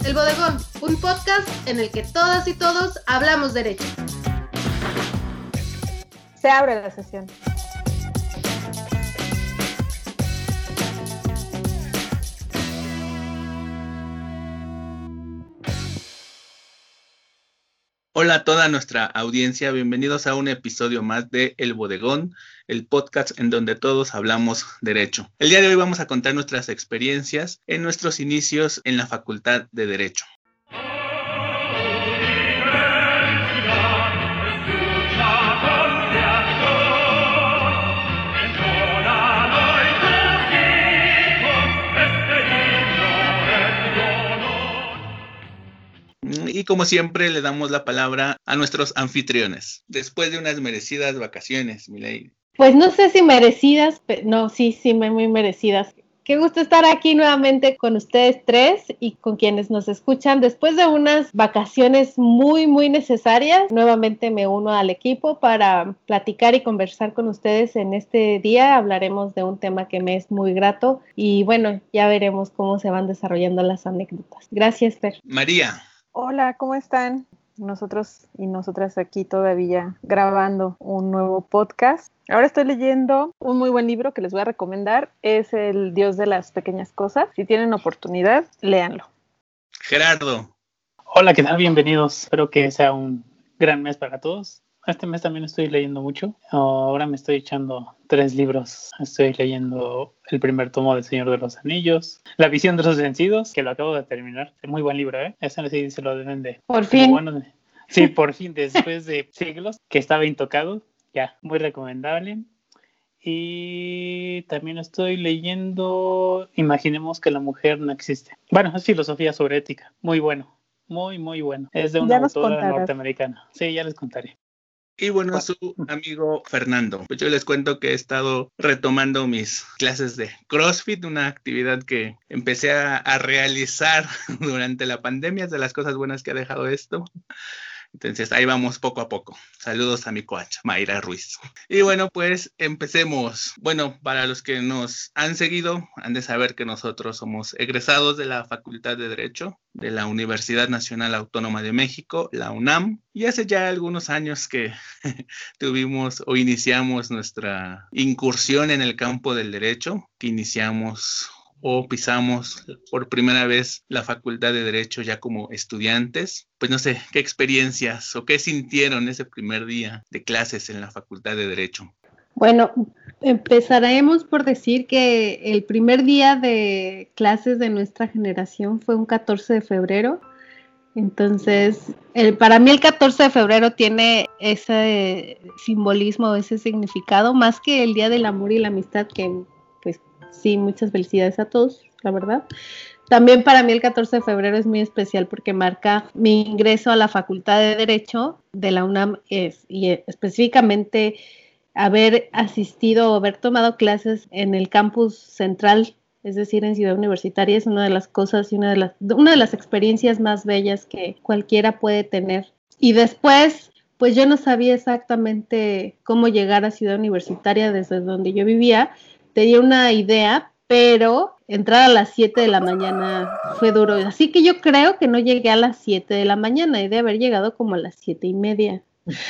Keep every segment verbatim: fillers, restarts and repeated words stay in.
El Bodegón, un podcast en el que todas y todos hablamos derecho. Se abre la sesión. Hola a toda nuestra audiencia, bienvenidos a un episodio más de El Bodegón, el podcast en donde todos hablamos derecho. El día de hoy vamos a contar nuestras experiencias en nuestros inicios en la Facultad de Derecho. Y como siempre le damos la palabra a nuestros anfitriones, después de unas merecidas vacaciones, Milady. Pues no sé si merecidas, pero no, sí, sí, muy merecidas. Qué gusto estar aquí nuevamente con ustedes tres y con quienes nos escuchan. Después de unas vacaciones muy, muy necesarias, nuevamente me uno al equipo para platicar y conversar con ustedes en este día. Hablaremos de un tema que me es muy grato y bueno, ya veremos cómo se van desarrollando las anécdotas. Gracias, Fer. María. Hola, ¿cómo están? Nosotros y nosotras aquí todavía grabando un nuevo podcast. Ahora estoy leyendo un muy buen libro que les voy a recomendar. Es El Dios de las Pequeñas Cosas. Si tienen oportunidad, léanlo. Gerardo. Hola, ¿qué tal? Bienvenidos. Espero que sea un gran mes para todos. Este mes también estoy leyendo mucho. Ahora me estoy echando tres libros. Estoy leyendo el primer tomo del Señor de los Anillos, La Visión de los Vencidos, que lo acabo de terminar. Es muy buen libro, ¿eh? Ese sí se lo deben de... Por fin. Bueno, sí, por fin, después de siglos que estaba intocado. Ya, muy recomendable. Y también estoy leyendo Imaginemos que la mujer no existe. Bueno, es filosofía sobre ética. Muy bueno. Muy, muy bueno. Es de una autora norteamericana. Sí, ya les contaré. Y bueno, su amigo Fernando. Pues yo les cuento que he estado retomando mis clases de CrossFit, una actividad que empecé a, a realizar durante la pandemia, es de las cosas buenas que ha dejado esto. Entonces ahí vamos poco a poco. Saludos a mi coach, Mayra Ruiz. Y bueno, pues empecemos. Bueno, para los que nos han seguido, han de saber que nosotros somos egresados de la Facultad de Derecho de la Universidad Nacional Autónoma de México, la UNAM. Y hace ya algunos años que tuvimos o iniciamos nuestra incursión en el campo del derecho, que iniciamos o pisamos por primera vez la Facultad de Derecho ya como estudiantes. Pues no sé, ¿qué experiencias o qué sintieron ese primer día de clases en la Facultad de Derecho? Bueno, empezaremos por decir que el primer día de clases de nuestra generación fue un catorce de febrero. Entonces, el, para mí el catorce de febrero tiene ese simbolismo, ese significado, más que el Día del Amor y la Amistad, que pues sí, muchas felicidades a todos, la verdad. También para mí el catorce de febrero es muy especial porque marca mi ingreso a la Facultad de Derecho de la UNAM es, y específicamente haber asistido o haber tomado clases en el campus central, es decir, en Ciudad Universitaria, es una de las cosas y una de las, una de las experiencias más bellas que cualquiera puede tener. Y después, pues yo no sabía exactamente cómo llegar a Ciudad Universitaria desde donde yo vivía. Tenía una idea, pero entrar a las siete de la mañana fue duro. Así que yo creo que no llegué a las siete de la mañana y de haber llegado como a las siete y media.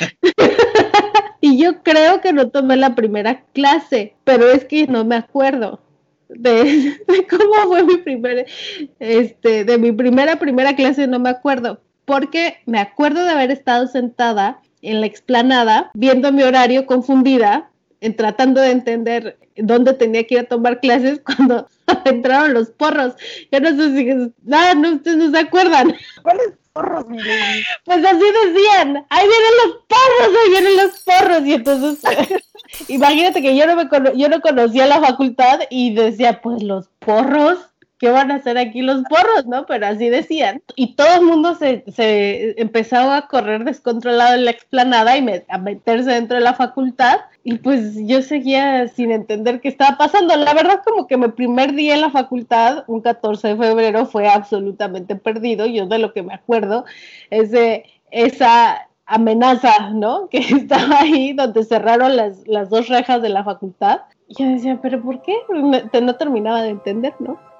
Y yo creo que no tomé la primera clase, pero es que no me acuerdo de, de cómo fue mi primera, este, de mi primera primera clase, no me acuerdo, porque me acuerdo de haber estado sentada en la explanada, viendo mi horario confundida, en tratando de entender dónde tenía que ir a tomar clases cuando entraron los porros. Yo no sé si... Ah, no, ustedes no se acuerdan. ¿Cuáles porros, mi lady? Pues así decían, ahí vienen los porros, ahí vienen los porros. Y entonces, imagínate que yo no, me cono- yo no conocía la facultad y decía, pues los porros, ¿qué van a hacer aquí los porros, no? Pero así decían. Y todo el mundo se, se empezaba a correr descontrolado en la explanada y me, a meterse dentro de la facultad. Y pues yo seguía sin entender qué estaba pasando. La verdad, como que mi primer día en la facultad, un catorce de febrero, fue absolutamente perdido. Yo de lo que me acuerdo es de esa amenaza, ¿no? Que estaba ahí donde cerraron las, las dos rejas de la facultad. Y yo decía, ¿pero por qué? No, no terminaba de entender, ¿no?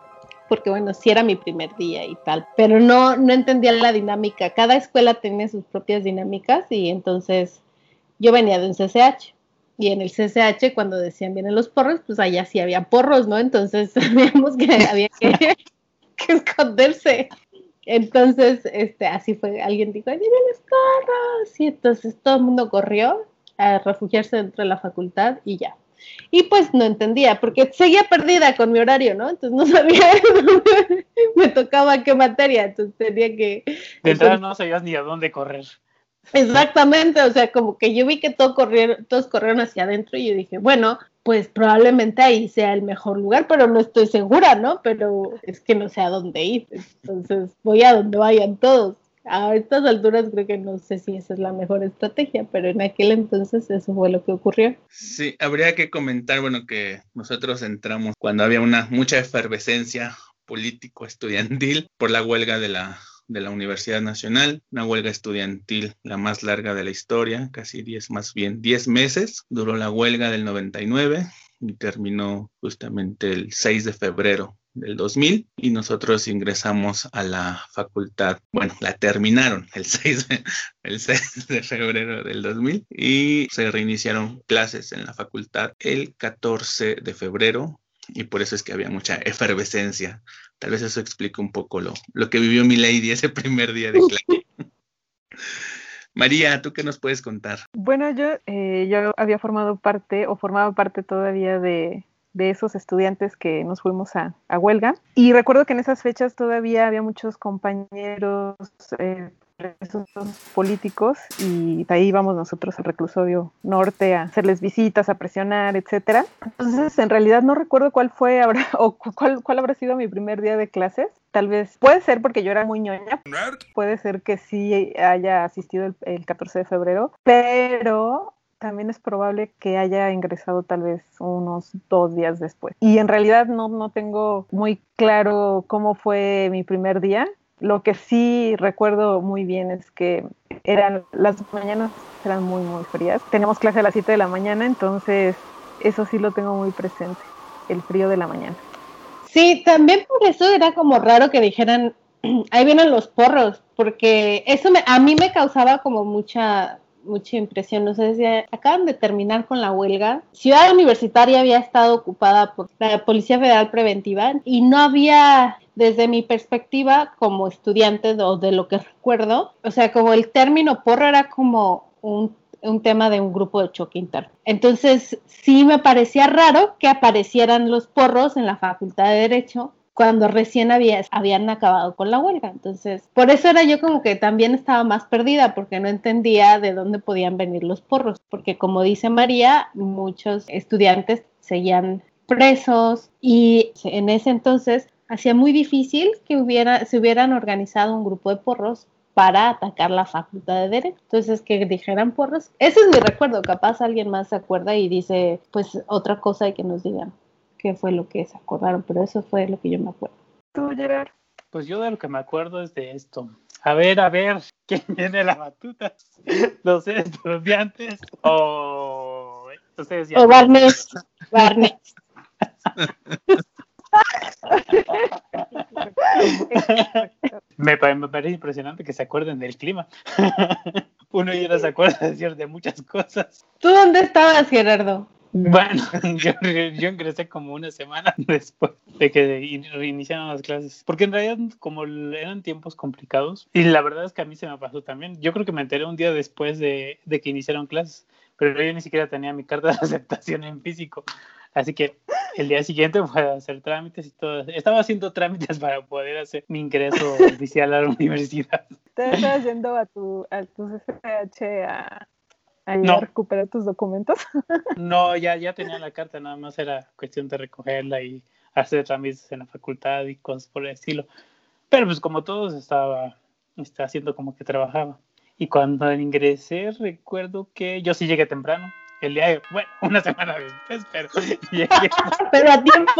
porque bueno, sí era mi primer día y tal, pero no, no entendía la dinámica. Cada escuela tenía sus propias dinámicas y entonces yo venía de un C C H y en el C C H cuando decían vienen los porros, pues allá sí había porros, ¿no? Entonces sabíamos que había que, que esconderse. Entonces, este, así fue, alguien dijo, ¡vienen los porros! Y entonces todo el mundo corrió a refugiarse dentro de la facultad y ya. Y pues no entendía, porque seguía perdida con mi horario, ¿no? Entonces no sabía dónde me tocaba qué materia, entonces tenía que... De entrada no sabías ni a dónde correr. Exactamente, o sea, como que yo vi que todo corrieron, todos corrieron hacia adentro y yo dije, bueno, pues probablemente ahí sea el mejor lugar, pero no estoy segura, ¿no? Pero es que no sé a dónde ir, entonces voy a donde vayan todos. A estas alturas creo que no sé si esa es la mejor estrategia, pero en aquel entonces eso fue lo que ocurrió. Sí, habría que comentar, bueno, que nosotros entramos cuando había una mucha efervescencia político-estudiantil por la huelga de la, de la Universidad Nacional, una huelga estudiantil la más larga de la historia, casi diez, más bien diez meses, duró la huelga del noventa y nueve y terminó justamente el seis de febrero del dos mil y nosotros ingresamos a la facultad, bueno, la terminaron el seis de, el seis de febrero del dos mil y se reiniciaron clases en la facultad el catorce de febrero y por eso es que había mucha efervescencia. Tal vez eso explica un poco lo, lo que vivió mi lady ese primer día de clase. María, ¿tú qué nos puedes contar? Bueno, yo, eh, yo había formado parte o formaba parte todavía de... de esos estudiantes que nos fuimos a, a huelga. Y recuerdo que en esas fechas todavía había muchos compañeros eh, presos políticos y de ahí íbamos nosotros al reclusorio norte a hacerles visitas, a presionar, etcétera. Entonces, en realidad no recuerdo cuál fue habrá, o cuál, cuál habrá sido mi primer día de clases. Tal vez, puede ser porque yo era muy ñoña, puede ser que sí haya asistido el, el catorce de febrero, pero... también es probable que haya ingresado tal vez unos dos días después. Y en realidad no, no tengo muy claro cómo fue mi primer día. Lo que sí recuerdo muy bien es que eran, las mañanas eran muy, muy frías. Teníamos clase a las siete de la mañana, entonces eso sí lo tengo muy presente, el frío de la mañana. Sí, también por eso era como raro que dijeran, ahí vienen los porros, porque eso me, a mí me causaba como mucha... mucha impresión, no sé si acaban de terminar con la huelga. Ciudad Universitaria había estado ocupada por la Policía Federal Preventiva y no había, desde mi perspectiva como estudiante o de, de lo que recuerdo, o sea, como el término porro era como un, un tema de un grupo de choque interno. Entonces, sí me parecía raro que aparecieran los porros en la Facultad de Derecho cuando recién había, habían acabado con la huelga. Entonces, por eso era yo como que también estaba más perdida, porque no entendía de dónde podían venir los porros, porque como dice María, muchos estudiantes seguían presos y en ese entonces hacía muy difícil que hubiera, se hubieran organizado un grupo de porros para atacar la Facultad de Derecho. Entonces, que dijeran porros, ese es mi recuerdo. Capaz alguien más se acuerda y dice, pues, otra cosa y que nos digan qué fue lo que se acordaron, pero eso fue lo que yo me acuerdo. ¿Tú, Gerard? Pues yo de lo que me acuerdo es de esto. A ver, a ver, ¿quién tiene la batuta? ¿Los estudiantes o ustedes ya? O Barnes. Barnes. me, me parece impresionante que se acuerden del clima. Uno ya no se acuerda de, de muchas cosas. ¿Tú dónde estabas, Gerardo? Bueno, yo, yo ingresé como una semana después de que iniciaron las clases, porque en realidad como eran tiempos complicados, y la verdad es que a mí se me pasó también, yo creo que me enteré un día después de, de que iniciaron clases, pero yo ni siquiera tenía mi carta de aceptación en físico, así que el día siguiente fue a hacer trámites y todo, estaba haciendo trámites para poder hacer mi ingreso oficial a la universidad. ¿Te estabas yendo a tu, a tu C C H a... ¿A no. recuperar tus documentos? No, ya, ya tenía la carta, nada más era cuestión de recogerla y hacer trámites en la facultad y cosas por el estilo. Pero pues como todos estaba, estaba haciendo como que trabajaba. Y cuando ingresé recuerdo que yo sí llegué temprano. El día de, bueno, una semana después, pero llegué. Pero a tiempo.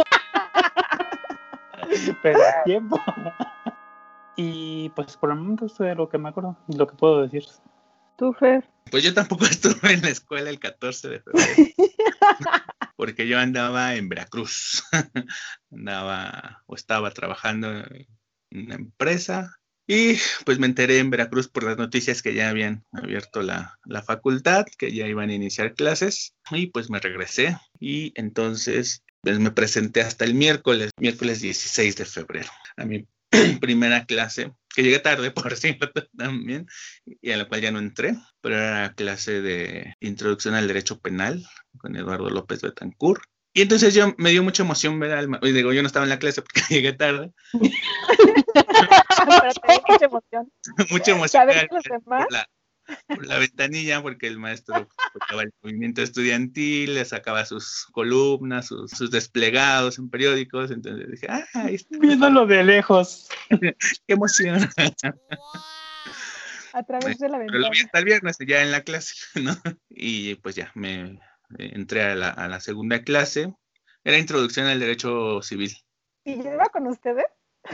Pero a tiempo. Y pues por el momento esto es lo que me acuerdo, lo que puedo decir. ¿Tú, Fer? Pues yo tampoco estuve en la escuela el catorce de febrero. porque yo andaba en Veracruz. Andaba o estaba trabajando en una empresa y pues me enteré en Veracruz por las noticias que ya habían abierto la, la facultad, que ya iban a iniciar clases y pues me regresé y entonces pues me presenté hasta el miércoles, miércoles dieciséis de febrero, a mi primera clase, que llegué tarde, por cierto, también, y a la cual ya no entré, pero era clase de Introducción al Derecho Penal con Eduardo López Betancourt. Y entonces yo me dio mucha emoción ver al... Y digo, yo no estaba en la clase porque llegué tarde. Pero te dio mucha emoción. Mucha emoción ¿Sabes los demás? por la, por la ventanilla, porque el maestro tocaba el movimiento estudiantil, le sacaba sus columnas, sus, sus desplegados en periódicos. Entonces dije, ah, ahí está. Viéndolo de lejos. Qué emoción. A través de la Pero lo ventana. vi hasta el viernes ya en la clase, ¿no? Y pues ya, me entré a la, a la segunda clase. Era Introducción al Derecho Civil. ¿Y yo iba con ustedes?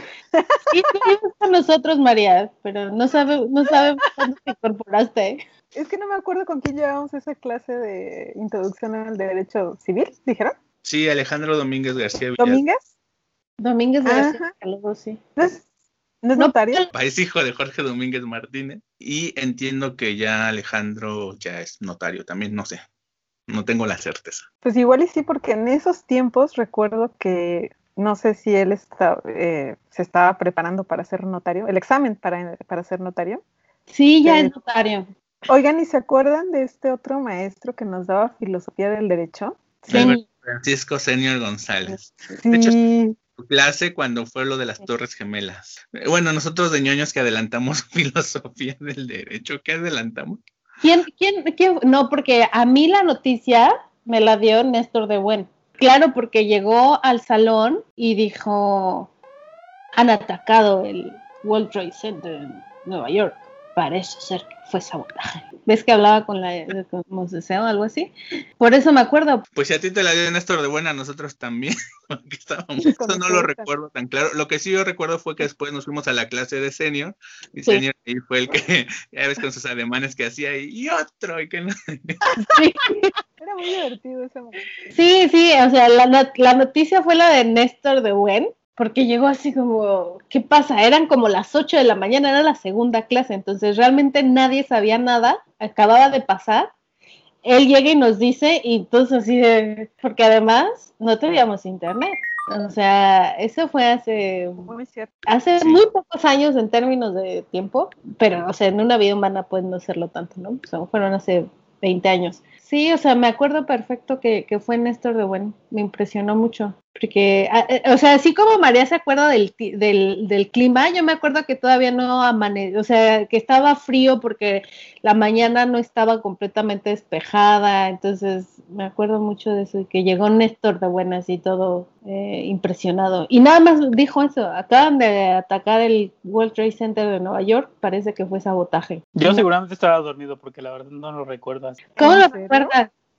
Sí, tú ibas con nosotros, María, pero no sabe, no sabemos cuándo te incorporaste. Es que no me acuerdo con quién llevábamos esa clase de introducción al derecho civil, ¿dijeron? Sí, Alejandro Domínguez García Villar. ¿Domínguez? Domínguez de Ajá. García Calvo, sí. ¿No es, ¿no es No, notario? Es hijo de Jorge Domínguez Martínez. Y entiendo que ya Alejandro ya es notario también, no sé. No tengo la certeza. Pues igual y sí, porque en esos tiempos recuerdo que no sé si él está, eh, se estaba preparando para ser notario, el examen para, para ser notario. Sí, ya Eh, es notario. Oigan, ¿y se acuerdan de este otro maestro que nos daba filosofía del derecho? Sí. Francisco Senior González. Sí. De hecho, su clase cuando fue lo de las Torres Gemelas. Bueno, nosotros de ñoños que adelantamos filosofía del derecho, ¿qué adelantamos? ¿Quién, quién, quién? No, porque a mí la noticia me la dio Néstor de Buen. Claro, porque llegó al salón y dijo, han atacado el World Trade Center en Nueva York. Parece ser que fue sabotaje. ¿Ves que hablaba con la con Moseseo o algo así? Por eso me acuerdo. Pues si a ti te la dio Néstor de Buena, a nosotros también, porque estábamos, eso no lo recuerdo tan claro. Lo que sí yo recuerdo fue que después nos fuimos a la clase de senior, y sí. Senior ahí fue el que, ya ves con sus ademanes que hacía, y, y otro, y que no. Sí. Era muy divertido ese momento. Sí, sí, o sea, la, not- la noticia fue la de Néstor de Buen, porque llegó así como, ¿qué pasa? Eran como las ocho de la mañana, era la segunda clase, entonces realmente nadie sabía nada, acababa de pasar. Él llega y nos dice, y entonces así de, porque además no teníamos internet. O sea, eso fue hace, Muy cierto. hace Sí. muy pocos años en términos de tiempo, pero, o sea, en una vida humana puede no serlo tanto, ¿no? O sea, fueron hace veinte años. Sí, o sea, me acuerdo perfecto que, que fue Néstor de Buen, me impresionó mucho, porque, a- eh, o sea, así como María se acuerda del, ti- del, del clima, yo me acuerdo que todavía no amanecía, o sea, que estaba frío porque la mañana no estaba completamente despejada, entonces me acuerdo mucho de eso, y que llegó Néstor de Buen así todo eh, impresionado, y nada más dijo eso, acaban de atacar el World Trade Center de Nueva York, parece que fue sabotaje. Yo No. seguramente estaba dormido porque la verdad no lo recuerdo así. ¿Cómo ¿En lo serio? recuerdas?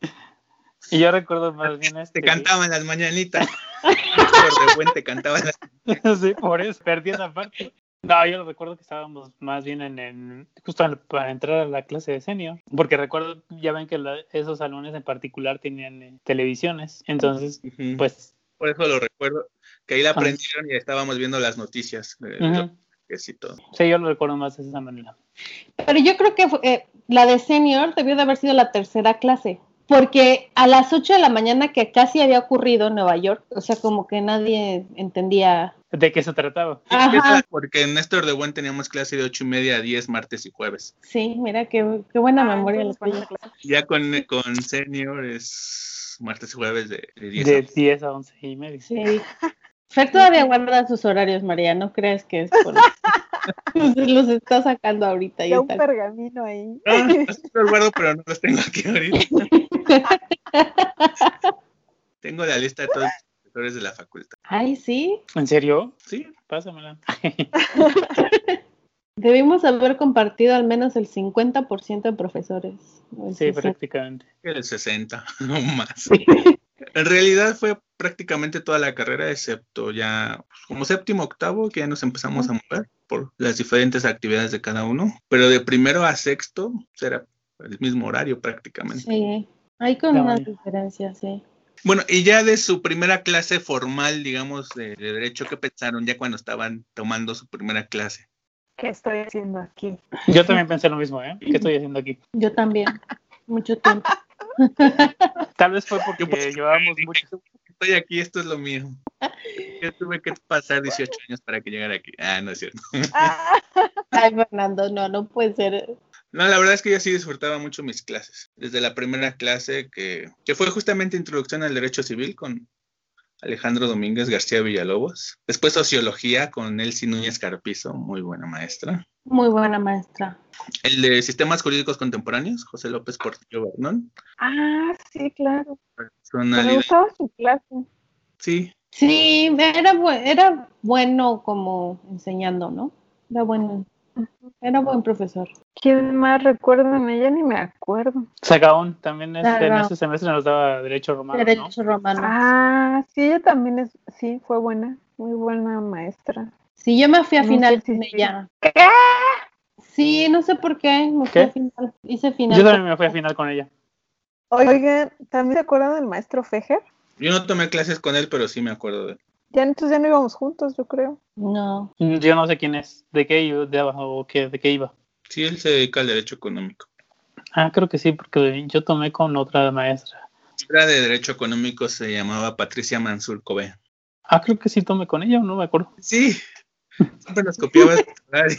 Y yo recuerdo más bien este... Te cantaban las mañanitas. Néstor de Buen te cantaba las Sí, por eso perdí esa parte. No, yo recuerdo que estábamos más bien en, en justo al- para entrar a la clase de senior, porque recuerdo, ya ven que la- esos salones en particular tenían eh, televisiones, entonces, Ujú. pues, Por eso lo recuerdo, que ahí la Ah. prendieron y estábamos viendo las noticias. eh, ujú. lo que sí, todo. Sí, yo lo recuerdo más de esa manera. Pero yo creo que fue, eh, la de senior debió de haber sido la tercera clase, porque a las ocho de la mañana que casi había ocurrido en Nueva York, o sea, como que nadie entendía. ¿De qué se trataba? Ajá, Porque en Néstor de Buen teníamos clase de ocho y media a diez, martes y jueves. sí, mira, qué, qué buena Ah, memoria la entonces, bueno, tuya. esa clase. Ya con, con senior es martes y jueves de, de diez De a diez a once y media. Sí. Fer todavía guarda sus horarios, María, no creas que es por... los, los está sacando ahorita. y Ya un está- pergamino ahí. Ah, los guardo, pero no los tengo aquí ahorita. Tengo la lista de todos los profesores de la facultad. Ay, sí, ¿En serio? Sí, Pásamela. debimos haber compartido al menos el cincuenta por ciento de profesores. o el Sí, sesenta. prácticamente. el sesenta o más. En realidad fue prácticamente toda la carrera, excepto ya pues, como séptimo, octavo, que ya nos empezamos a mover por las diferentes actividades de cada uno. Pero de primero a sexto era el mismo horario prácticamente. Sí, hay con La una mañana. diferencia, sí. Bueno, y ya de su primera clase formal, digamos, de, de Derecho, ¿qué pensaron ya cuando estaban tomando su primera clase? ¿Qué estoy haciendo aquí? Yo también pensé lo mismo, ¿eh? ¿Qué estoy haciendo aquí? Yo también, mucho tiempo. Tal vez fue porque Yo, pues, llevábamos mucho. Estoy aquí, esto es lo mío. Yo tuve que pasar dieciocho años para que llegara aquí. Ah, no es cierto. Ah, Ay, Fernando, no, no puede ser. No, la verdad es que yo sí disfrutaba mucho mis clases. Desde la primera clase que, que fue justamente Introducción al Derecho Civil con Alejandro Domínguez García Villalobos. Después Sociología con Elsie Núñez Carpizo, muy buena maestra. Muy buena maestra. El de Sistemas Jurídicos Contemporáneos, José López Portillo Bernón. ah, sí, claro. Me Personalidad. gustaba su clase. Sí, Sí, era, bu- era bueno como enseñando, ¿no? Era bueno, era buen profesor. ¿Quién más recuerda en ella? Ni me acuerdo. Sagaón también este, en Sagaón. ese semestre nos daba Derecho Romano, ¿no? Derecho romano. Ah, sí, ella también es, sí, fue buena, muy buena maestra. Sí, yo me fui a No final sé si con sí. ella. ¿Qué? Sí, no sé por qué, me fui ¿Qué? a final. Hice final. Yo con- también me fui a final con ella. Oigan, ¿también se acuerdan del maestro Fejer? yo no tomé clases con él, pero sí me acuerdo de él. Ya entonces ya no íbamos juntos, yo creo. No. Yo no sé quién es, de qué iba, de abajo, o qué, de qué iba. Sí, él se dedica al derecho económico. Ah, creo que sí, porque yo tomé con otra maestra. La de derecho económico se llamaba Patricia Mansur Cové. Ah, creo que sí tomé con ella, no me acuerdo. Sí, siempre nos copiaba el horario.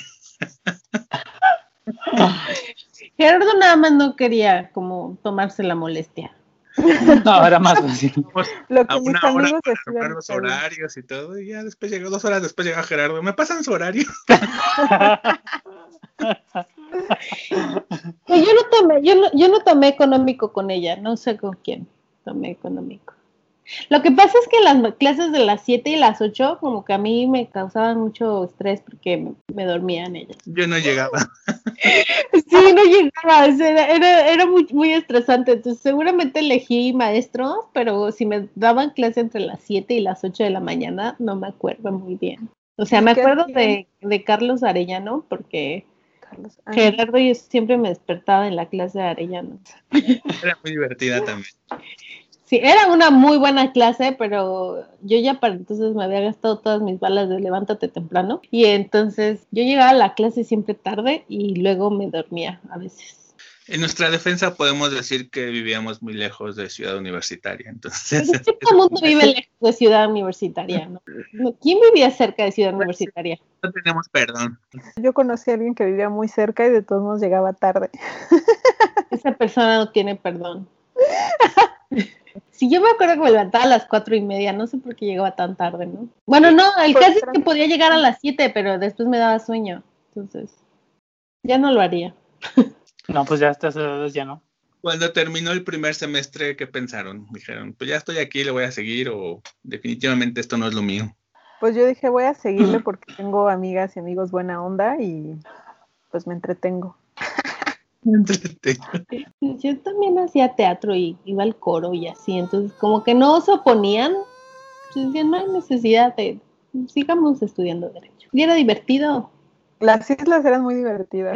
Gerardo nada más no quería como tomarse la molestia. No, era más fácil. Lo que A mis una hora amigos para decían. armar los está bien. horarios y todo, y ya después llegó dos horas después llegó Gerardo. ¿Me pasan su horario? Pues yo no tomé, yo no, yo no tomé económico con ella, no sé con quién tomé económico. Lo que pasa es que las clases de las siete y las ocho como que a mí me causaban mucho estrés porque me, me dormía en ellas. Yo no llegaba. Sí, no llegaba, o sea, era, era, era muy, muy estresante, entonces seguramente elegí maestros, pero si me daban clase entre las siete y las ocho de la mañana, no me acuerdo muy bien. O sea, me ¿Qué acuerdo hacían? de, de Carlos Arellano porque Carlos. Ah, Gerardo yo siempre me despertaba en la clase de Arellano. Era muy divertida también. Sí, era una muy buena clase, pero yo ya para entonces me había gastado todas mis balas de levántate temprano y entonces yo llegaba a la clase siempre tarde y luego me dormía a veces. En nuestra defensa podemos decir que vivíamos muy lejos de Ciudad Universitaria, entonces... Pero todo el mundo vive lejos de Ciudad Universitaria, ¿no? ¿Quién vivía cerca de Ciudad Universitaria? No tenemos perdón. yo conocí a alguien que vivía muy cerca y de todos modos llegaba tarde. Esa persona no tiene perdón. Sí, yo me acuerdo que me levantaba a las cuatro y media, no sé por qué llegaba tan tarde, ¿no? Bueno, no, el Pues, caso es que podía llegar a las siete, pero después me daba sueño, entonces ya no lo haría. No, pues ya hasta esas edades ya no. Cuando terminó el primer semestre, ¿qué pensaron? Dijeron, pues ya estoy aquí, le voy a seguir o definitivamente esto no es lo mío. Pues yo dije, voy a seguirle porque tengo amigas y amigos buena onda y pues me entretengo. Yo también hacía teatro y iba al coro y así, entonces como que no se oponían, pues decían, no hay necesidad de, sigamos estudiando derecho. Y era divertido. Las islas eran muy divertidas.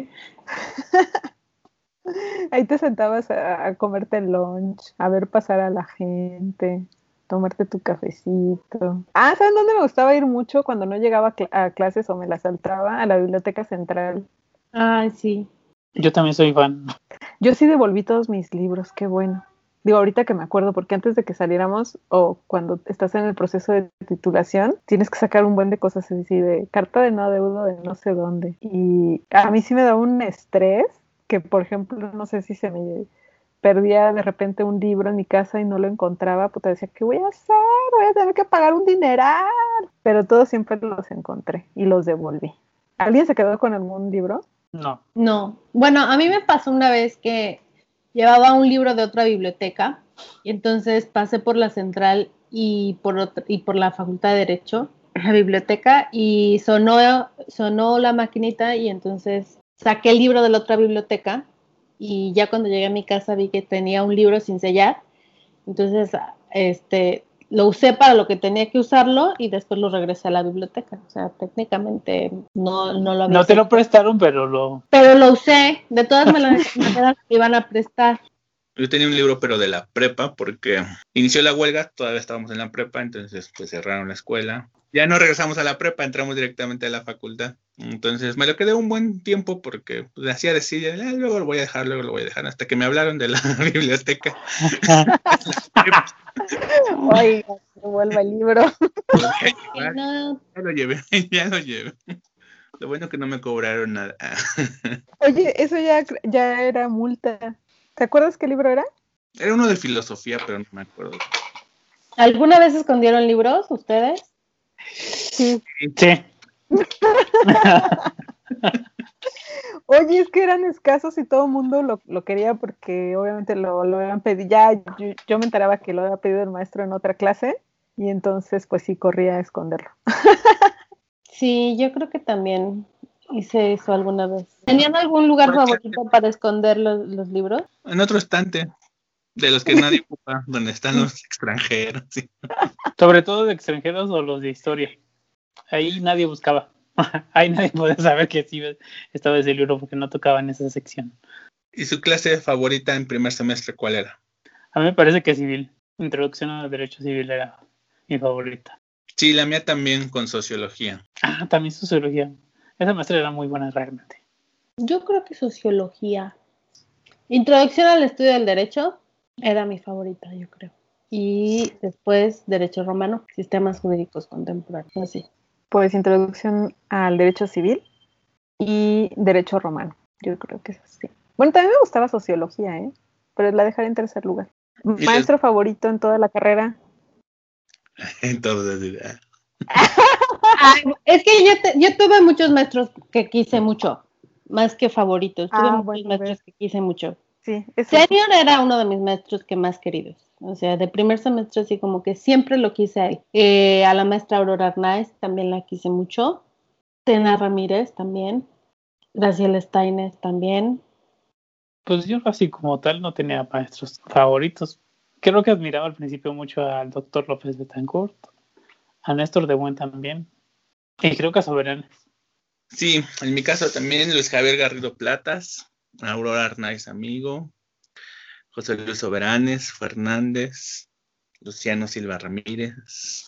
Ahí te sentabas a, a comerte el lunch, a ver pasar a la gente, tomarte tu cafecito. Ah, ¿saben dónde me gustaba ir mucho cuando no llegaba a, cl- a clases o me la saltaba? A la biblioteca central. Ay, sí. Yo también soy fan. Yo sí devolví todos mis libros, qué bueno. Digo, ahorita que me acuerdo, porque antes de que saliéramos o cuando estás en el proceso de titulación, tienes que sacar un buen de cosas así, de carta de no adeudo de no sé dónde. Y a mí sí me da un estrés que, por ejemplo, no sé si se me perdía de repente un libro en mi casa y no lo encontraba, pues te decía, ¿qué voy a hacer? Voy a tener que pagar un dineral. Pero todos siempre los encontré y los devolví. ¿Alguien se quedó con algún libro? No. No. Bueno, a mí me pasó una vez que llevaba un libro de otra biblioteca y entonces pasé por la central y por otra, y por la Facultad de Derecho, la biblioteca, y sonó, sonó la maquinita y entonces saqué el libro de la otra biblioteca y ya cuando llegué a mi casa vi que tenía un libro sin sellar, entonces este lo usé para lo que tenía que usarlo y después lo regresé a la biblioteca. O sea, técnicamente no, no lo había No te lo hecho. prestaron, pero lo... Pero lo usé. De todas maneras me iban a prestar. Yo tenía un libro, pero de la prepa, porque inició la huelga, todavía estábamos en la prepa, entonces pues cerraron la escuela. Ya no regresamos a la prepa, entramos directamente a la facultad. Entonces me lo quedé un buen tiempo porque pues, hacía decir, ah, luego lo voy a dejar, luego lo voy a dejar, hasta que me hablaron de la biblioteca. Oiga, que vuelva el libro. No. Ya lo llevé, ya lo llevé. Lo bueno que no me cobraron nada. Oye, eso ya, ya era multa. ¿Te acuerdas qué libro era? Era uno de filosofía, pero no me acuerdo. ¿Alguna vez escondieron libros ustedes? Sí. Sí. Oye, es que eran escasos y todo el mundo lo, lo quería porque obviamente lo, lo habían pedido. Ya yo, yo me enteraba que lo había pedido el maestro en otra clase y entonces pues sí corría a esconderlo. Sí, yo creo que también hice eso alguna vez. ¿Tenían algún lugar favorito para esconder los, los libros? En otro estante, de los que nadie ocupa, donde están los extranjeros. Sí. Sobre todo de extranjeros o los de historia. Ahí nadie buscaba. Ahí nadie podía saber que sí estaba ese libro porque no tocaba en esa sección. ¿Y su clase favorita en primer semestre cuál era? A mí me parece que civil. Introducción al derecho civil era mi favorita. Sí, la mía también con sociología. Ah, también sociología. Esa maestra era muy buena realmente. Yo creo que sociología. Introducción al estudio del derecho era mi favorita, yo creo. Y después derecho romano, sistemas jurídicos contemporáneos, así. Pues introducción al derecho civil y derecho romano. Yo creo que es así. Bueno, también me gustaba sociología, ¿eh? Pero la dejaré en tercer lugar. Maestro favorito en toda la carrera. Entonces, Ay, es que yo, te, yo tuve muchos maestros que quise mucho, más que favoritos. Tuve Ah, muchos bueno, maestros ves. que quise mucho. Sí, eso. Senior era uno de mis maestros que más queridos. O sea, de primer semestre así como que siempre lo quise a él. Eh, a la maestra Aurora Arnaiz también la quise mucho. Tena Ramírez también. Graciela Steines también. Pues yo así como tal no tenía maestros favoritos. Creo que admiraba al principio mucho al doctor López Betancourt, a Néstor de Buen también, y creo que a Soberanes. Sí, en mi caso también Luis Javier Garrido Platas, Aurora Arnaiz amigo, José Luis Soberanes, Fernández, Luciano Silva Ramírez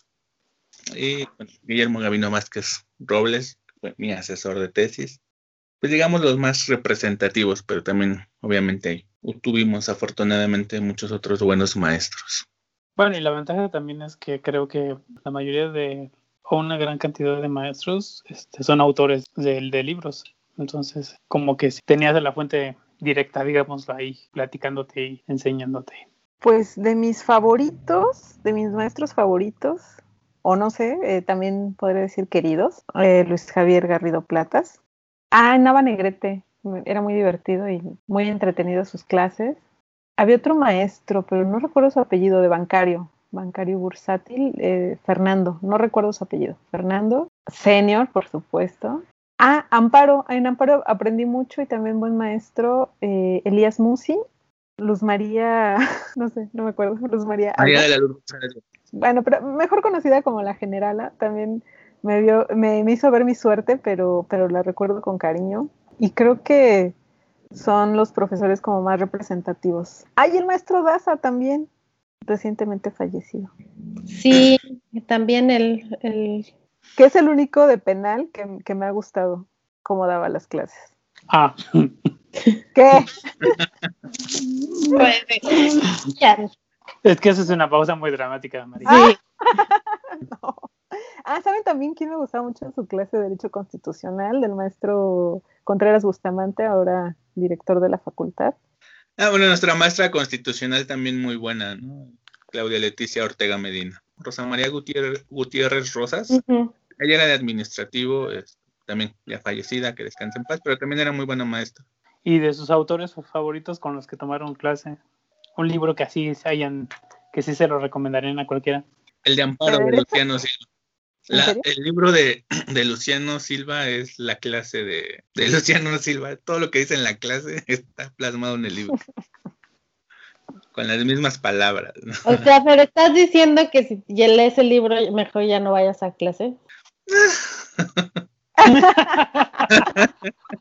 y bueno, Guillermo Gavino Vázquez Robles, que fue mi asesor de tesis. Pues digamos los más representativos, pero también obviamente tuvimos afortunadamente muchos otros buenos maestros. Bueno, y la ventaja también es que creo que la mayoría de, o una gran cantidad de maestros este, son autores de, de libros. Entonces, como que si tenías la fuente directa, digamos, ahí platicándote y enseñándote. Pues de mis favoritos, de mis maestros favoritos, o no sé, eh, también podría decir queridos, eh, Luis Javier Garrido Platas. Ah, Nava Negrete, era muy divertido y muy entretenido sus clases. Había otro maestro, pero no recuerdo su apellido, de bancario, bancario bursátil, eh, Fernando, no recuerdo su apellido, Fernando, senior, por supuesto. Ah, Amparo, en Amparo aprendí mucho y también buen maestro, eh, Elías Musi, Luz María, no sé, no me acuerdo, Luz María. María de la Luz. Bueno, pero mejor conocida como la Generala, también me vio, me, me hizo ver mi suerte, pero, pero la recuerdo con cariño. Y creo que son los profesores como más representativos. ¡Ay, el maestro Daza también! Recientemente fallecido. Sí, también el, el... Que es el único de penal que, que me ha gustado cómo daba las clases. Ah. ¿Qué? Es que eso es una pausa muy dramática, María. Sí. No. Ah, ¿saben también quién me gustaba mucho en su clase de Derecho Constitucional? Del maestro Contreras Bustamante, ahora director de la facultad. Ah, bueno, nuestra maestra constitucional también muy buena, ¿no? Claudia Leticia Ortega Medina. Rosa María Gutiérrez, Gutiérrez Rosas. Uh-huh. Ella era de administrativo, es, también ya fallecida, que descanse en paz, pero también era muy buena maestra. ¿Y de sus autores favoritos con los que tomaron clase? Un libro que así se hayan, que sí se lo recomendarían a cualquiera. El de Amparo de Luciano Silva. La, el libro de, de Luciano Silva es la clase de, de Luciano Silva. Todo lo que dice en la clase está plasmado en el libro. Con las mismas palabras, ¿no? O sea, pero estás diciendo que si ya lees el libro, mejor ya no vayas a clase.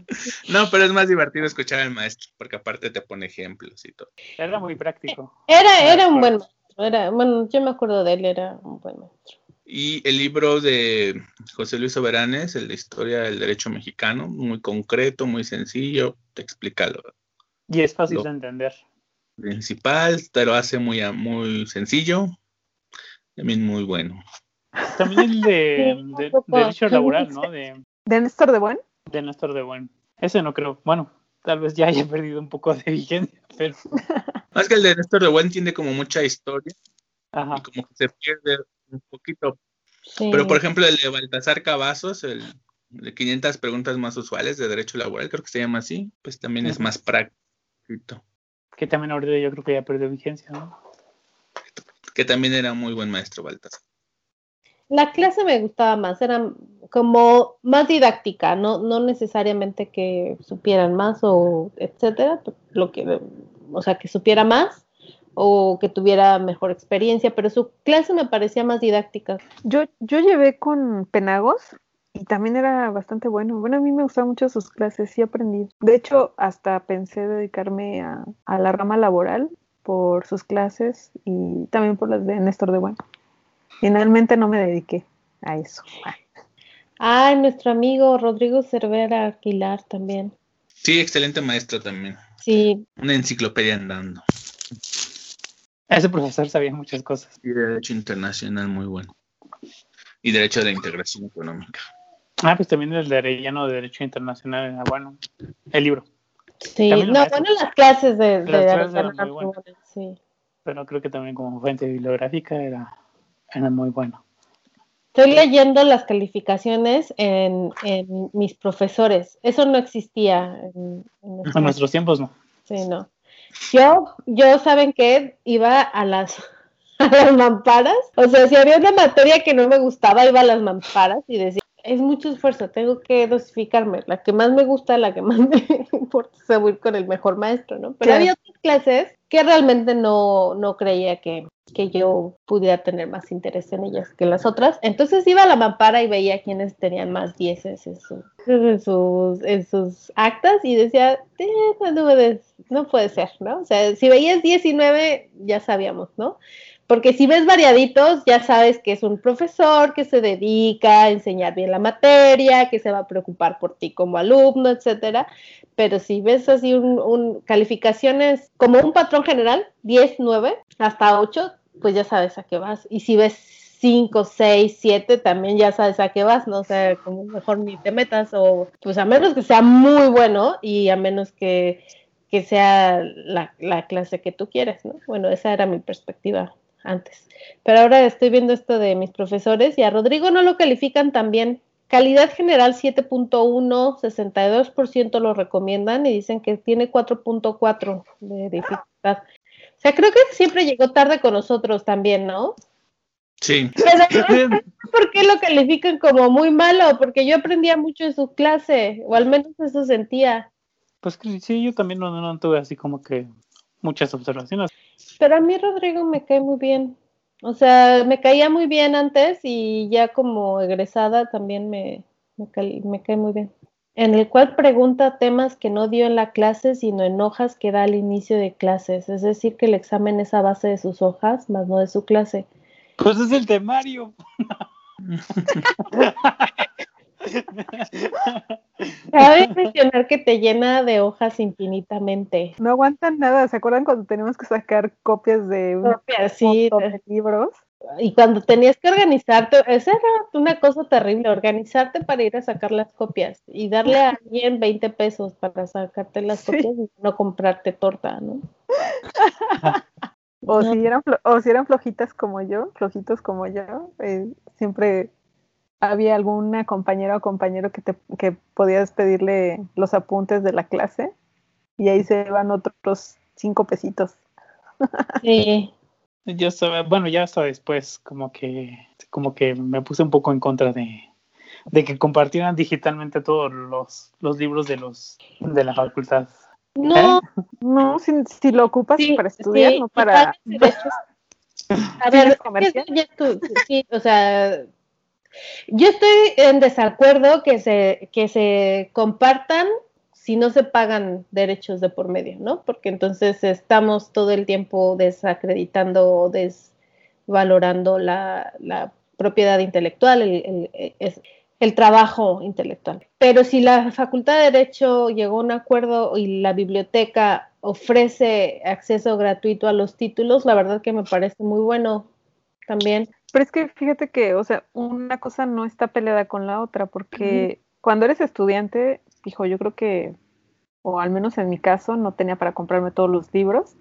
No, pero es más divertido escuchar al maestro, porque aparte te pone ejemplos y todo. Era muy práctico. Era, era un buen maestro. Era, bueno, yo me acuerdo de él, era un buen maestro. Y el libro de José Luis Soberanes, el de Historia del Derecho Mexicano, muy concreto, muy sencillo, te explica lo, Y es fácil lo de entender. principal, te lo hace muy, muy sencillo, también muy bueno. También el de, Sí, de, un poco. Derecho Laboral, ¿no? De, ¿De Néstor de Buen? de Néstor de Buen. Ese no creo, bueno, tal vez ya haya perdido un poco de vigencia, pero... Más que el de Néstor de Buen tiene como mucha historia Ajá. y como que se pierde un poquito. Sí. Pero por ejemplo el de Baltasar Cavazos, el de quinientas preguntas más usuales de Derecho Laboral, creo que se llama así, pues también es Ujú. más práctico. Que también ahorita yo creo que ya perdió vigencia, ¿no? Que también era muy buen maestro Baltasar. La clase me gustaba más, era como más didáctica, no, no necesariamente que supieran más o etcétera, lo que, o sea, que supiera más o que tuviera mejor experiencia, pero su clase me parecía más didáctica. Yo, yo llevé con Penagos y también era bastante bueno. Bueno, a mí me gustaban mucho sus clases, sí aprendí. De hecho, hasta pensé dedicarme a, a la rama laboral por sus clases y también por las de Néstor de Buen. Finalmente no me dediqué a eso. Ah, nuestro amigo Rodrigo Cervera Aguilar también. Sí, excelente maestro también. Sí. Una enciclopedia andando. Ese profesor sabía muchas cosas. Y Derecho Internacional muy bueno. Y Derecho de la Integración Económica. Ah, pues también el de Arellano de Derecho Internacional era bueno. El libro. Sí, También el no, maestro. bueno, las clases de, de Las clases Arellano eran muy eran muy buenas. buenas, sí. Pero creo que también como fuente bibliográfica era, era muy bueno. Estoy leyendo las calificaciones en, en mis profesores. Eso no existía en, en En nuestros tiempos no. Sí, no. Yo, yo, ¿saben qué? Iba a las, a las mamparas. O sea, si había una materia que no me gustaba, iba a las mamparas y decía, es mucho esfuerzo, tengo que dosificarme. La que más me gusta, la que más me importa, es ir con el mejor maestro, ¿no? Pero Claro. había otras clases que realmente no, no creía que, que yo pudiera tener más interés en ellas que las otras. Entonces iba a la mampara y veía quienes tenían más dieces en, su, en, sus, en sus actas y decía, eh, no, puede, no puede ser, ¿no? O sea, si veías diecinueve, ya sabíamos, ¿no? Porque si ves variaditos, ya sabes que es un profesor que se dedica a enseñar bien la materia, que se va a preocupar por ti como alumno, etcétera. Pero si ves así un, un calificaciones como un patrón general, diez, nueve, hasta ocho, pues ya sabes a qué vas. Y si ves cinco, seis, siete, también ya sabes a qué vas, ¿no? O sea, como mejor ni te metas, o pues a menos que sea muy bueno y a menos que, que sea la, la clase que tú quieres, ¿no? Bueno, esa era mi perspectiva antes. Pero ahora estoy viendo esto de mis profesores y a Rodrigo no lo califican tan bien. Calidad general siete punto uno, sesenta y dos por ciento lo recomiendan y dicen que tiene cuatro punto cuatro de dificultad. O sea, creo que siempre llegó tarde con nosotros también, ¿no? Sí. Pero no sé por qué lo califican como muy malo, porque yo aprendía mucho en su clase, o al menos eso sentía. Pues que sí, yo también no, no tuve así como que muchas observaciones. Pero a mí Rodrigo me cae muy bien. O sea, me caía muy bien antes y ya como egresada también me, me, cae, me cae muy bien. En el cual pregunta temas que no dio en la clase, sino en hojas que da al inicio de clases. Es decir, que el examen es a base de sus hojas, más no de su clase. Pues es el temario. Cabe mencionar que te llena de hojas infinitamente. No aguantan nada. ¿Se acuerdan cuando teníamos que sacar copias de un Copias, sí, montón de libros? y cuando tenías que organizarte, esa era una cosa terrible, organizarte para ir a sacar las copias y darle a alguien veinte pesos para sacarte las Sí. copias y no comprarte torta, ¿no? O, No. si eran flo- o si eran flojitas como yo, flojitos como yo, eh, siempre había alguna compañera o compañero que, te, que podías pedirle los apuntes de la clase y ahí se van otros cinco pesitos. Sí. Yo estaba, bueno, ya hasta después como que como que me puse un poco en contra de, de que compartieran digitalmente todos los, los libros de los de la facultad. No, ¿Eh? No, si, si lo ocupas sí, para estudiar, sí, no para... y de hecho, a ¿Tienes ver, es que comercial? eso ya es tu- sí, o sea, yo estoy en desacuerdo que se, que se compartan si no se pagan derechos de por medio, ¿no? Porque entonces estamos todo el tiempo desacreditando o desvalorando la, la propiedad intelectual, el, el, el, el trabajo intelectual. Pero si la Facultad de Derecho llegó a un acuerdo y la biblioteca ofrece acceso gratuito a los títulos, la verdad que me parece muy bueno también. Pero es que fíjate que, o sea, una cosa no está peleada con la otra, porque uh-huh. cuando eres estudiante, hijo, yo creo que, o al menos en mi caso, no tenía para comprarme todos los libros,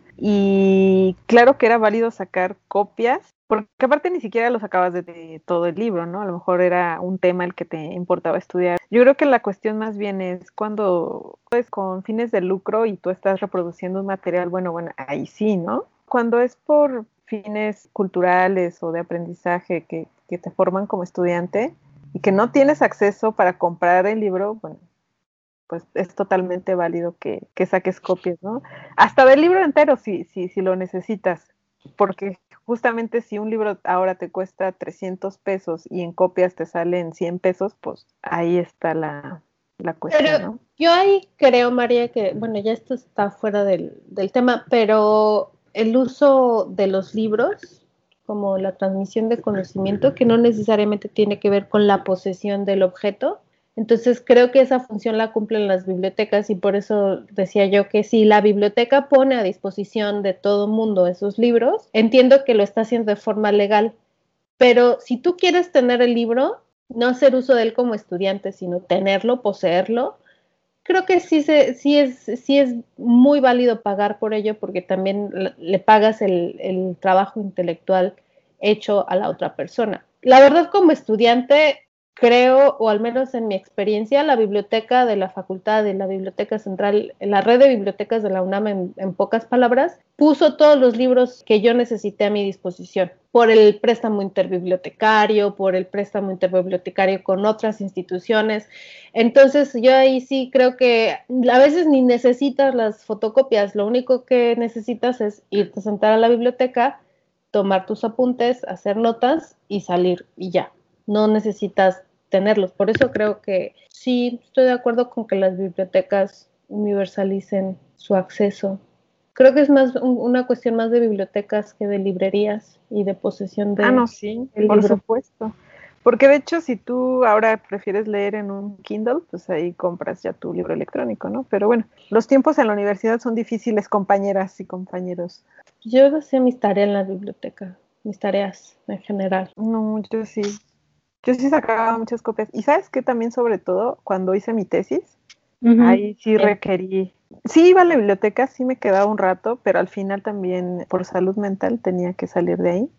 y claro que era válido sacar copias, porque aparte ni siquiera lo sacabas de, de todo el libro, ¿no? A lo mejor era un tema el que te importaba estudiar. Yo creo que la cuestión más bien es cuando es con fines de lucro y tú estás reproduciendo un material, bueno, bueno, ahí sí, ¿no? Cuando es por fines culturales o de aprendizaje que, que te forman como estudiante y que no tienes acceso para comprar el libro, bueno, pues es totalmente válido que, que saques copias, ¿no? Hasta del libro entero si, si, si lo necesitas, porque justamente si un libro ahora te cuesta trescientos pesos y en copias te salen cien pesos, pues ahí está la, la cuestión, pero ¿no? Yo ahí creo, María, que, bueno, ya esto está fuera del, del tema, pero el uso de los libros como la transmisión de conocimiento, que no necesariamente tiene que ver con la posesión del objeto. Entonces creo que esa función la cumplen las bibliotecas y por eso decía yo que si la biblioteca pone a disposición de todo mundo esos libros, entiendo que lo está haciendo de forma legal, pero si tú quieres tener el libro, no hacer uso de él como estudiante, sino tenerlo, poseerlo, creo que sí, se, sí, es, sí es muy válido pagar por ello porque también le pagas el, el trabajo intelectual hecho a la otra persona. La verdad, como estudiante, creo, o al menos en mi experiencia, la biblioteca de la facultad y la biblioteca central, la red de bibliotecas de la UNAM, en, en pocas palabras, puso todos los libros que yo necesité a mi disposición, por el préstamo interbibliotecario, por el préstamo interbibliotecario con otras instituciones. Entonces yo ahí sí creo que a veces ni necesitas las fotocopias, lo único que necesitas es irte a sentar a la biblioteca, tomar tus apuntes, hacer notas y salir y ya. No necesitas tenerlos. Por eso creo que sí estoy de acuerdo con que las bibliotecas universalicen su acceso. Creo que es más un, una cuestión más de bibliotecas que de librerías y de posesión de Ah, no, sí, por libro. Supuesto. Porque de hecho, si tú ahora prefieres leer en un Kindle, pues ahí compras ya tu libro electrónico, ¿no? Pero bueno, los tiempos en la universidad son difíciles, compañeras y compañeros. Yo hacía mis tareas en la biblioteca, mis tareas en general. No, yo sí. Yo sí sacaba muchas copias. Y ¿sabes qué? También, sobre todo, cuando hice mi tesis, uh-huh. ahí sí requerí... Sí iba a la biblioteca, sí me quedaba un rato, pero al final también, por salud mental, tenía que salir de ahí.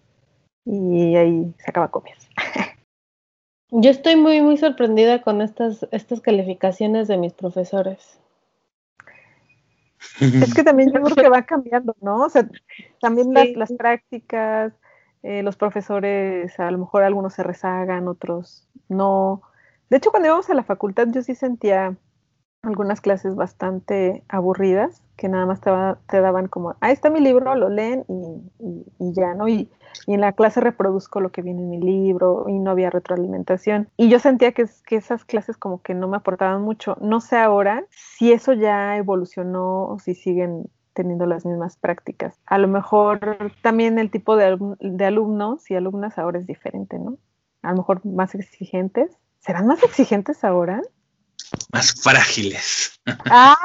Y ahí sacaba copias. Yo estoy muy, muy sorprendida con estas, estas calificaciones de mis profesores. Es que también yo creo que va cambiando, ¿no? O sea, también sí. las, las prácticas... Eh, los profesores, a lo mejor algunos se rezagan, otros no. De hecho, cuando íbamos a la facultad, yo sí sentía algunas clases bastante aburridas, que nada más te, va, te daban como, ahí está mi libro, lo leen y, y, y ya, ¿no? Y, y en la clase reproduzco lo que viene en mi libro y no había retroalimentación. Y yo sentía que, que esas clases como que no me aportaban mucho. No sé ahora si eso ya evolucionó o si siguen teniendo las mismas prácticas. A lo mejor también el tipo de, de alumnos y alumnas ahora es diferente, ¿no? A lo mejor más exigentes. ¿Serán más exigentes ahora? Más frágiles. Ah.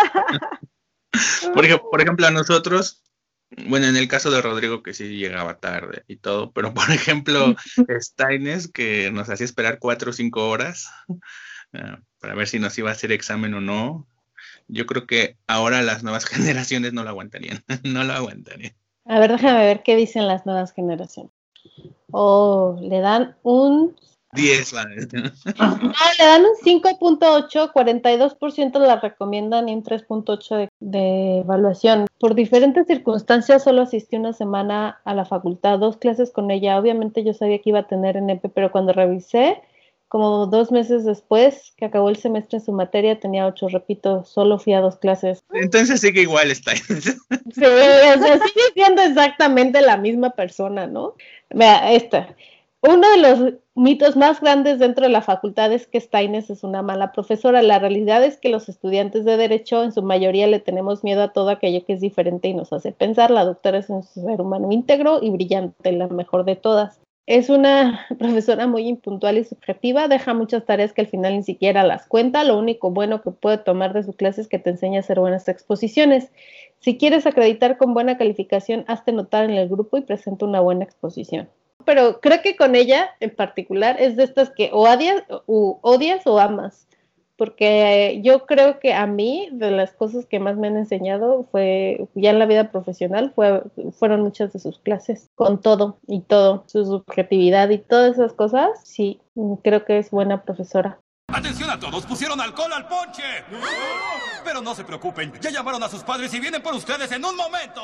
por, por ejemplo, a nosotros, bueno, en el caso de Rodrigo, que sí llegaba tarde y todo, pero por ejemplo, Steines, que nos hacía esperar cuatro o cinco horas uh, para ver si nos iba a hacer examen o no. Yo creo que ahora las nuevas generaciones no lo aguantarían, no lo aguantarían. A ver, déjame ver qué dicen las nuevas generaciones. Oh, le dan un... diez, ¿vale? No, le dan un cinco punto ocho, cuarenta y dos por ciento la recomiendan y un tres punto ocho de, de evaluación. Por diferentes circunstancias solo asistí una semana a la facultad, dos clases con ella. Obviamente yo sabía que iba a tener N P, pero cuando revisé, como dos meses después que acabó el semestre en su materia, tenía ocho, repito, solo fui a dos clases. Entonces sigue igual, está. Sí, o sea, sigue siendo exactamente la misma persona, ¿no? Vea, esta. Uno de los mitos más grandes dentro de la facultad es que Steines es una mala profesora. La realidad es que los estudiantes de Derecho en su mayoría le tenemos miedo a todo aquello que es diferente y nos hace pensar. La doctora es un ser humano íntegro y brillante, la mejor de todas. Es una profesora muy impuntual y subjetiva, deja muchas tareas que al final ni siquiera las cuenta. Lo único bueno que puede tomar de su clase es que te enseña a hacer buenas exposiciones. Si quieres acreditar con buena calificación, hazte notar en el grupo y presenta una buena exposición. Pero creo que con ella en particular es de estas que o odias o, odias o amas, porque yo creo que a mí de las cosas que más me han enseñado fue ya en la vida profesional fue, fueron muchas de sus clases, con todo y todo, su subjetividad y todas esas cosas, sí, creo que es buena profesora. ¡Atención a todos! ¡Pusieron alcohol al ponche! Pero no se preocupen, ya llamaron a sus padres y vienen por ustedes en un momento.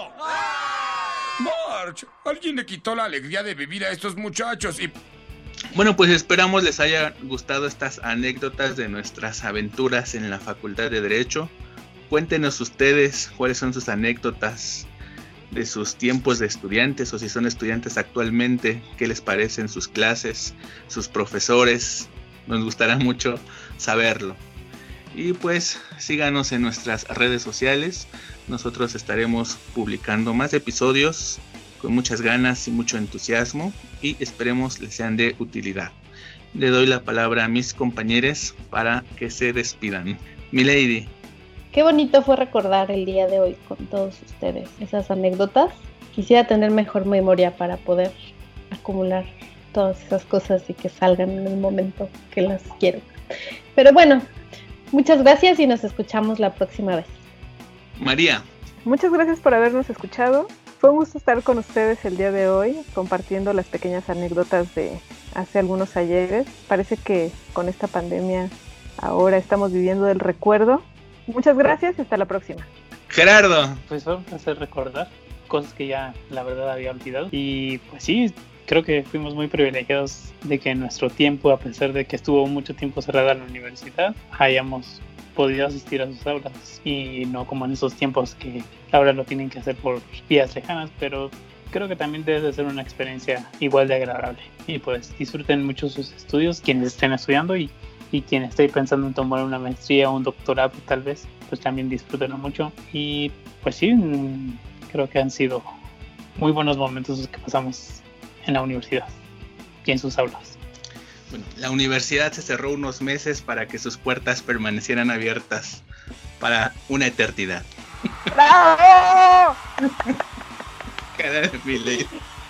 March, alguien le quitó la alegría de vivir a estos muchachos y... Bueno, pues esperamos les haya gustado estas anécdotas de nuestras aventuras en la Facultad de Derecho. Cuéntenos ustedes cuáles son sus anécdotas de sus tiempos de estudiantes o si son estudiantes actualmente, qué les parecen sus clases, sus profesores. Nos gustará mucho saberlo. Y pues síganos en nuestras redes sociales. Nosotros estaremos publicando más episodios con muchas ganas y mucho entusiasmo y esperemos les sean de utilidad. Le doy la palabra a mis compañeros para que se despidan. Milady. Qué bonito fue recordar el día de hoy con todos ustedes esas anécdotas. Quisiera tener mejor memoria para poder acumular todas esas cosas y que salgan en el momento que las quiero. Pero bueno, muchas gracias y nos escuchamos la próxima vez. María. Muchas gracias por habernos escuchado. Fue un gusto estar con ustedes el día de hoy, compartiendo las pequeñas anécdotas de hace algunos ayeres. Parece que con esta pandemia ahora estamos viviendo del recuerdo. Muchas gracias y hasta la próxima. Gerardo. Pues fue un placer recordar cosas que ya la verdad había olvidado. Y pues sí, creo que fuimos muy privilegiados de que en nuestro tiempo, a pesar de que estuvo mucho tiempo cerrada la universidad, hayamos podido asistir a sus aulas y no como en esos tiempos que ahora lo tienen que hacer por vías lejanas, pero creo que también debe de ser una experiencia igual de agradable y pues disfruten mucho sus estudios quienes estén estudiando y, y quienes estén pensando en tomar una maestría o un doctorado tal vez, pues también disfrútenlo mucho y pues sí, creo que han sido muy buenos momentos los que pasamos en la universidad y en sus aulas. Bueno, la universidad se cerró unos meses para que sus puertas permanecieran abiertas para una eternidad. ¡Bravo! Cara de Milady.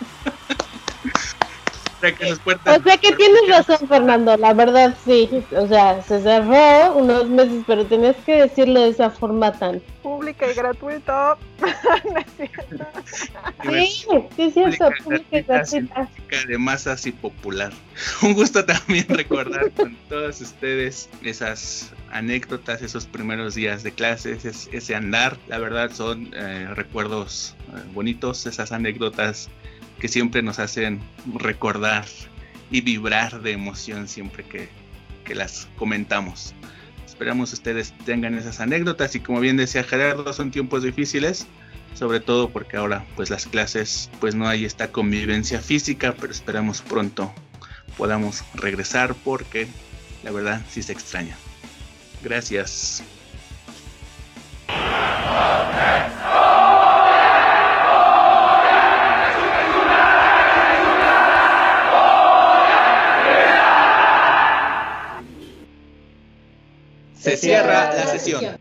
Para que sus puertas... O sea que tienes razón, Fernando, la verdad sí. O sea, se cerró unos meses, pero tenías que decirlo de esa forma tan... Pública y gratuito. No es cierto. Sí, sí es cierto, pública y gratuita. De masas y popular. Un gusto también recordar con todos ustedes esas anécdotas, esos primeros días de clases, es, ese andar. La verdad son eh, recuerdos eh, bonitos, esas anécdotas que siempre nos hacen recordar y vibrar de emoción siempre que, que las comentamos. Esperamos ustedes tengan esas anécdotas y como bien decía Gerardo, son tiempos difíciles, sobre todo porque ahora pues las clases pues no hay esta convivencia física, pero esperamos pronto podamos regresar porque la verdad sí se extraña. Gracias. Se cierra la sesión.